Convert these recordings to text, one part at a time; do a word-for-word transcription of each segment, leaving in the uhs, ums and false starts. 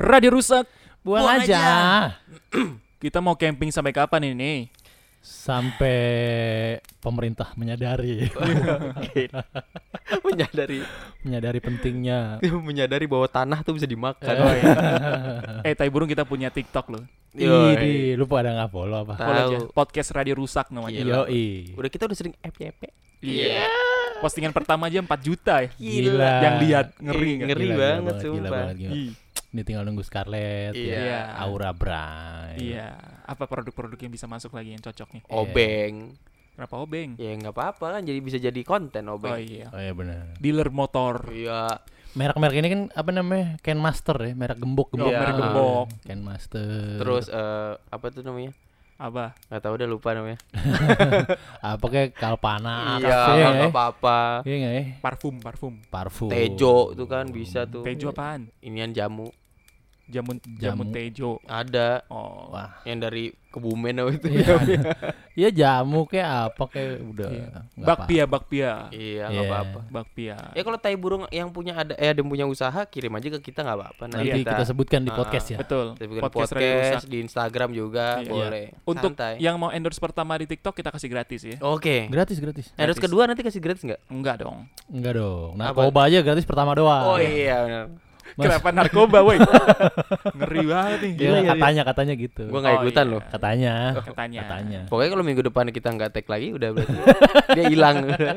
Radio rusak. Buang, Buang aja. aja. Kita mau camping sampai kapan ini? Sampai pemerintah menyadari. menyadari menyadari pentingnya. Menyadari bahwa tanah tuh bisa dimakan. Oh, iya. eh, tai burung kita punya TikTok loh. Ih, lu pada enggak follow apa? Follow aja. Podcast Radio Rusak namanya. Yoi. Udah kita udah sering F Y P. Iya. Yeah. Postingan pertama aja empat juta ya. Gila. Yang lihat ngeri eh, ngeri gila, banget gila, sumpah. Gila banget, gila. Ini tinggal nunggu Scarlett, iya. ya. Aura Bray. Iya. Apa produk-produk yang bisa masuk lagi yang cocok nih? Obeng. Kenapa obeng? Ya nggak apa-apa kan, jadi bisa jadi konten obeng. Oh iya. Oh iya benar. Dealer motor. Iya. Merek-merek ini kan apa namanya? Ken Master ya, merek gembok-gembok. Oh, merek gembok. Ken Master. Terus uh, apa tuh namanya? Apa? Nggak tahu, udah lupa namanya. Apa kayak Kalpana? Iya, nggak apa-apa. Iya nggak ya? Parfum, parfum. Parfum. Tejo tuh kan bisa tuh. Tejo apaan? Inian jamu. Jamu, Jamu. jamu Tejo. Ada. Oh. Wah. Yang dari Kebumen itu. Iya. Iya jamu kayak apa kayak udah. Iya. Nggak Bakpia, bakpia. Iya, nggak Iya. apa-apa. Bakpia. Ya kalau tai burung yang punya ada eh ada yang punya usaha, kirim aja ke kita nggak apa-apa. Nanti kita, kita sebutkan di Ah, podcast ya. Betul. Kita bikin Podcast, podcast, Radio Rusak. di Instagram juga Iya. boleh. Untuk Santai. yang mau endorse pertama di TikTok kita kasih gratis ya. Oke. Gratis gratis. Terus Gratis. kedua nanti kasih gratis nggak? Enggak dong. Enggak dong. Nah, Apa? narkoba aja gratis pertama doang. Oh iya benar. Mas- Kenapa narkoba, woi? Ngeri banget nih. Iya, Iya, iya. katanya katanya gitu. Gua nggak Oh, ikutan iya. loh. Katanya. Katanya. Katanya. Pokoknya kalau minggu depan kita nggak tag lagi udah berarti dia hilang.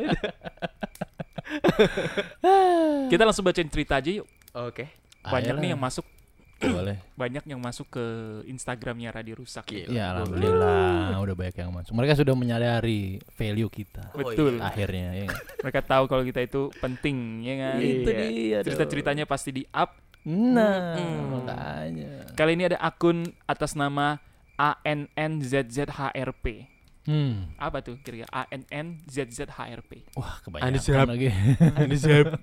Kita langsung bacain cerita aja yuk. Oke. Banyak Ayolah. nih yang masuk, Boleh. banyak yang masuk ke Instagramnya Radio Rusak. Gila. Ya alhamdulillah udah banyak yang masuk. Mereka sudah menyadari value kita. Oh, Betul. iya. Akhirnya ya. nggak? Mereka tahu kalau kita itu penting, ya kan? Itu dia. dong. Cerita-ceritanya pasti di up. Nah, Mm-mm. makanya. Kali ini ada akun atas nama A N N Z Z H R P. Hmm. Apa tuh kira-kira? A N N Z Z H R P. Wah, kebanyakan Anisab. lagi. Anisab.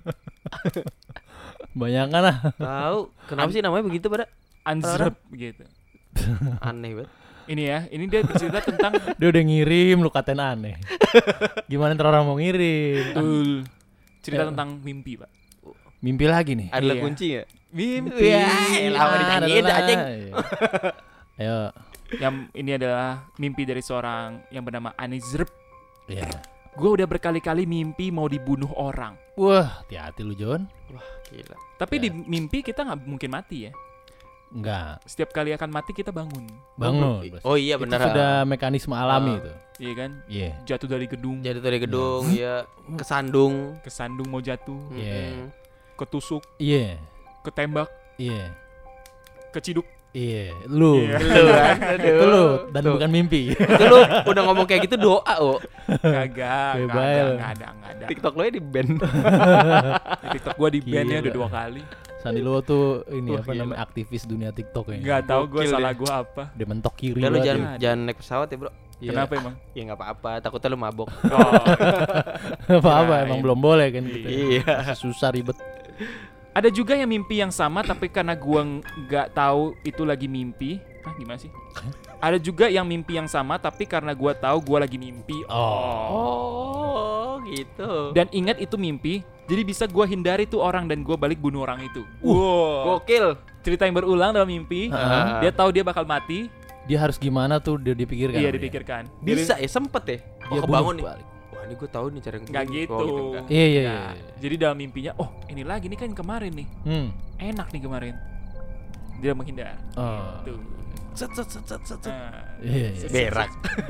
Banyakan lah. Tahu kenapa sih namanya begitu pada? Anzrep gitu. Aneh banget. Ini ya, ini dia cerita tentang Dia udah ngirim lu katain aneh. Gimana ntar orang mau ngirim? Betul. Cerita Ya. tentang mimpi, Pak. Mimpi lagi nih. Ada Iya. kunci nggak? Mimpi. Ya, lama dinyanyiin adalah- anjing. Iya. Ayo. Yang ini adalah mimpi dari seorang yang bernama Anizrep. Iya. Gue udah berkali-kali mimpi mau dibunuh orang. Wah, hati-hati lu, Jon. Wah, gila. Tapi Ya. di mimpi kita nggak mungkin mati ya. Enggak. Setiap kali akan mati kita bangun. Bangun. Oh iya Itu benar. sudah mekanisme alami Ah. itu. Iya kan? Iya. Jatuh dari gedung, Jadi dari gedung ya kesandung. kesandung mau jatuh, Iya. Mm-mm. ketusuk, Iya. ketembak, Iya. keciduk. Iya, lu. Iya. Lu kan, Itu aduh. lu dan Tuh. bukan mimpi. Itu lu udah ngomong kayak gitu doa, oh. Kagak, Bebel. nggak ada, nggak ada, nggak ada. TikTok lu ya di ban. Di TikTok gue di ban ya Gila. udah dua kali. Sandi Luo tuh ini Wah, apa gila. namanya aktivis dunia TikTok ya. Nggak tahu gue Gokil salah deh. gue apa. Dia mentok kiri Udah lu banget jangan ya. jangan naik pesawat ya, Bro. Iya. Kenapa emang? Ya enggak apa-apa, takutnya lu mabok. Oh, Apa-apa Kirain. emang belum boleh kan gitu. Iya. Masih susah ribet. ada juga yang mimpi yang sama tapi karena gue nggak tahu itu lagi mimpi. Hah, gimana sih? Ada juga yang mimpi yang sama tapi karena gue tahu gue lagi mimpi. Oh. Oh, gitu. Dan ingat itu mimpi, jadi bisa gue hindari tuh orang dan gue balik bunuh orang itu. Wow. Gokil. Cerita yang berulang dalam mimpi. Ah. Dia tahu dia bakal mati. Dia harus gimana tuh dia dipikirkan. Iya sama dia. dipikirkan. Bisa ya, sempet ya. Dia Oh, kebangun bunuh nih. balik. Wah, ini gue tahu nih cara Nggak ngebunuh. gitu. Oh, enggak. Iya iya iya. Nah, jadi dalam mimpinya, oh ini lagi nih kan kemarin nih, Hmm. enak nih kemarin. Dia menghindar. Oh. Tuh. Set set set set set. set. Nah, Iya. iya. Berak.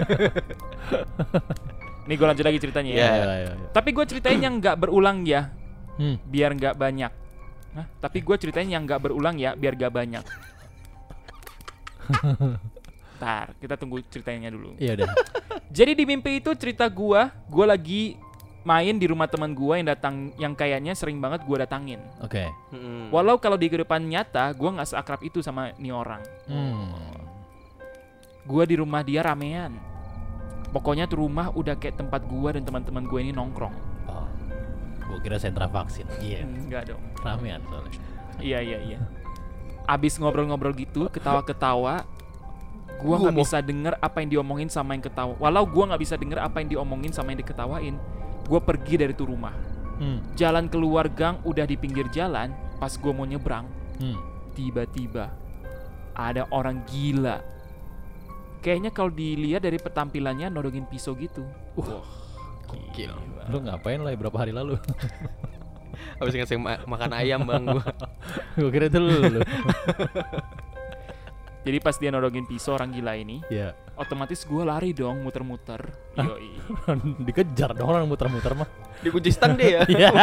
nih gue lanjut lagi ceritanya ya. Iya. Iya, iya, iya. Tapi gue ceritain yang nggak berulang ya, Hmm. biar nggak banyak. Hah? Tapi gue ceritain yang nggak berulang ya, biar nggak banyak. Ntar, kita tunggu ceritanya dulu. Iya udah. Jadi di mimpi itu cerita gua, gua lagi main di rumah teman gua yang datang, yang kayaknya sering banget gua datangin. Oke. Mm-mm. Walau kalau di kehidupan nyata gua nggak seakrab itu sama nih orang. Hmm. Gua di rumah dia ramean. Pokoknya tuh rumah udah kayak tempat gua dan teman-teman gua ini nongkrong. Oh. Gua kira sentra vaksin. Iya. Enggak dong. Ramean soalnya. Iya iya iya. Abis ngobrol-ngobrol gitu, ketawa-ketawa, gua nggak Gumoh. bisa denger apa yang diomongin sama yang ketawa. Walau gua nggak bisa denger apa yang diomongin sama yang diketawain, gua pergi dari tuh rumah. Hmm. Jalan keluar gang udah di pinggir jalan. Pas gua mau nyebrang, Hmm. tiba-tiba ada orang gila. Kayaknya kalau dilihat dari petampilannya nodongin pisau gitu. Wah, Gokil. Lu ngapain lah beberapa hari lalu? Habis ngasih ma- makan ayam bang gua. Gua kira itu lu. lu. Jadi pas dia nodongin pisau orang gila ini, Ya. otomatis gue lari dong muter-muter. Yoi. Dikejar dong orang muter-muter mah. Dikunci stang deh ya. Iya.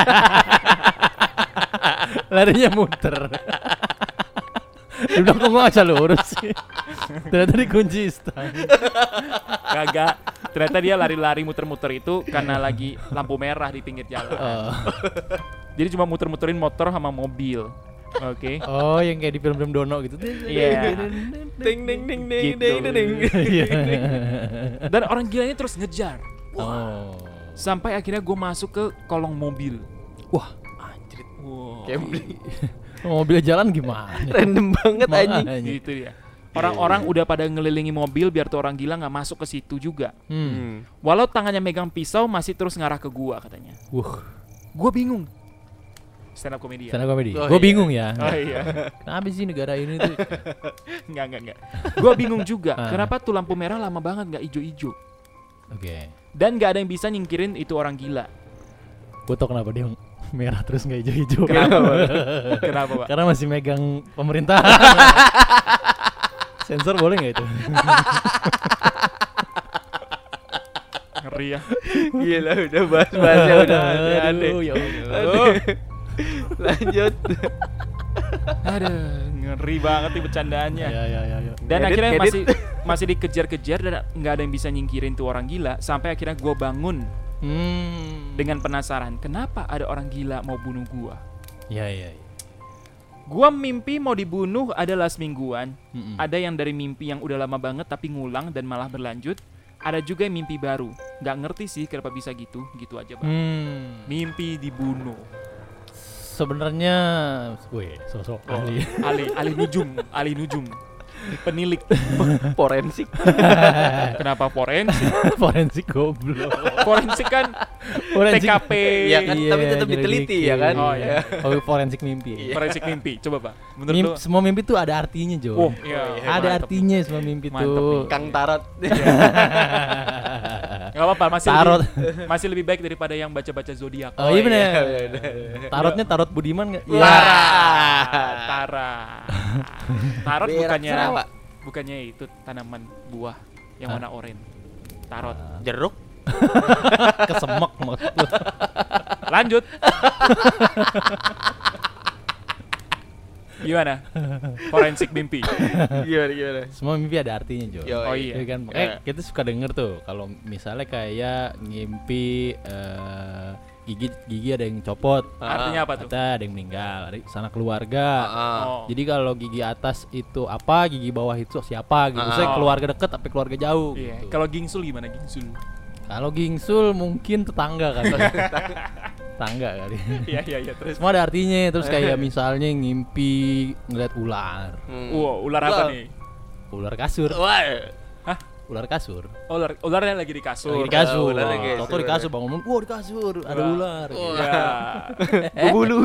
Larinya muter. Dia bilang kok gua nggak bisa lurus sih. Ternyata dikunci stang. Kagak. Ternyata dia lari-lari muter-muter itu karena lagi lampu merah di pinggir jalan. Oh. Jadi cuma muter-muterin motor sama mobil. Oke. Oh, yang kayak di film-film Dono gitu. Iya. Ding ding ding ding Gitu. ding ding. Iya. Dan orang gila ini terus ngejar. Oh. Sampai akhirnya gue masuk ke kolong mobil. Wah, Anjrit. Wow. Gambling. mobil jalan gimana? Random banget anjing. Makanya. Gitu ya. Orang-orang udah pada ngelilingi mobil biar tuh orang gila nggak masuk ke situ juga. Hmm. Hmm. Walau tangannya megang pisau masih terus ngarah ke gua katanya. Wuh, Gua bingung. Stand up comedian. stand up comedy. Oh, Gue iya. bingung ya. Oh iya. Kenapa sih negara ini tuh? Enggak, enggak, enggak. Gua bingung juga. Ah. Kenapa tuh lampu merah lama banget nggak ijo-ijo? Oke. Dan nggak ada yang bisa nyingkirin itu orang gila. Gue tau kenapa dia merah terus nggak hijau-hijau. Kenapa, Pak? Kenapa, Pak? Karena masih megang pemerintahan. Sensor boleh nggak itu? Ngeri ya. Gila udah bahas-bahasnya udah aneh-aneh. Aduh, ya Allah. Aduh. Lanjut. Aduh, ngeri banget nih bercandaannya. Ya, ya, ya, ya. Dan Ngedit, akhirnya ngedit. masih masih dikejar-kejar dan nggak ada yang bisa nyingkirin tuh orang gila. Sampai akhirnya gua bangun Hmm. dengan penasaran. Kenapa ada orang gila mau bunuh gua? Ya, ya, ya. Gua mimpi mau dibunuh adalah semingguan. Mm-mm. Ada yang dari mimpi yang udah lama banget tapi ngulang dan malah berlanjut. Ada juga yang mimpi baru. Nggak ngerti sih kenapa bisa gitu. Gitu aja bang. Hmm. Mimpi dibunuh. Sebenarnya, wih, sosok Oh, ahli. Ali, Ali Nujum, Ali Nujum. Penilik. Forensik. Kenapa forensik? Forensik goblok. Forensik kan Forensik. T K P. Ya kan, Iya, tapi tetap diteliti ya kan. Oh, iya. Oh, forensik mimpi. Iya. Forensik mimpi. Coba pak. Menurut Mimpi, lu? semua mimpi tuh ada artinya, Jo. Oh, iya. Ada mantep. artinya semua mimpi Mantep tuh. nih. Kang Tarot. Gak apa-apa, masih Tarot. lebih, masih lebih baik daripada yang baca-baca zodiak. Oh, iya bener. iya, iya, iya. Tarotnya tarot Budiman nggak? Tara. Wah. Tara. Tarot Berak bukannya Sarawak. bukannya itu tanaman buah yang warna oranye. Tarot. Jeruk. Kesemek maksud lu. Lanjut. Gimana? Forensik mimpi. Gimana gimana? Semua mimpi ada artinya, Jo. Yo, Oh Iya iya. kan, makanya Ya. kita suka denger tuh kalau misalnya kayak ngimpi eh, gigi gigi ada yang copot, Artinya apa tuh? ada ada yang meninggal, ada sana keluarga. Ah. Oh. Jadi kalau gigi atas itu apa, gigi bawah itu siapa gitu. Ah. Saya keluarga deket tapi keluarga jauh Iya. gitu. Kalau gingsul gimana gingsul? Kalau gingsul mungkin tetangga kali. Tetangga kali. Iya iya iya terus. Semua ada artinya. Terus kayak misalnya ngimpi ngeliat ular. Hmm. Wow, ular apa Ular. nih? Ular kasur. Wah. Hah? Ular kasur. Oh, ular ularnya lagi di kasur. Lagi di kasur. ular lagi di Toto kasur. di kasur bangun, wah di kasur ada Wah. ular. gitu. Iya. Berbulu.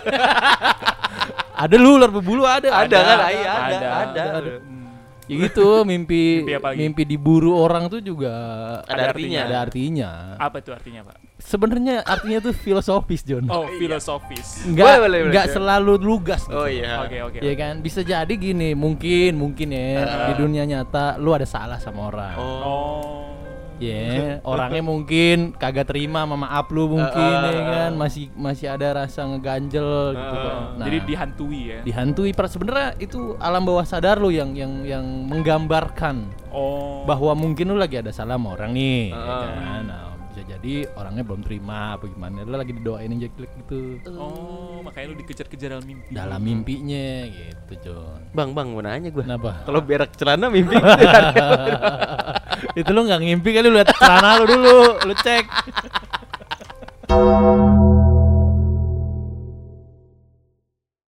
Ada lu ular berbulu ada. Ada kan? Iya, ada, Ada. ada. Ada. Hmm. Ya gitu, mimpi Mimpi apa lagi? mimpi diburu orang tuh juga Ada artinya. Ada artinya. Apa itu artinya, Pak? Sebenarnya artinya tuh filosofis, John. Oh, filosofis. Enggak Boleh, boleh, enggak boleh. selalu lugas gitu. Oh iya. Oke, oke. Ya kan, bisa jadi gini, mungkin mungkin ya Ah. di dunia nyata lu ada salah sama orang. Oh. Oh. Ya, orangnya mungkin kagak terima sama maaf lu mungkin Ah, ah, ya ah. kan, masih masih ada rasa ngeganjel gitu Ah. kan. Nah, Jadi dihantui ya. dihantui per sebenarnya itu alam bawah sadar lu yang yang yang menggambarkan Oh. bahwa mungkin lu lagi ada salah sama orang nih, ya Ah. kan. Nah, bisa jadi orangnya belum terima apa gimana, lu lagi didoain yang jelek gitu Oh, makanya lu dikejar-kejar dalam mimpi. dalam mimpinya gitu, John. Bang, bang, mau nanya gua. Kenapa? Kalau berak celana mimpi. Itu lu nggak ngimpi kali, lu lihat celana lu dulu, lu cek.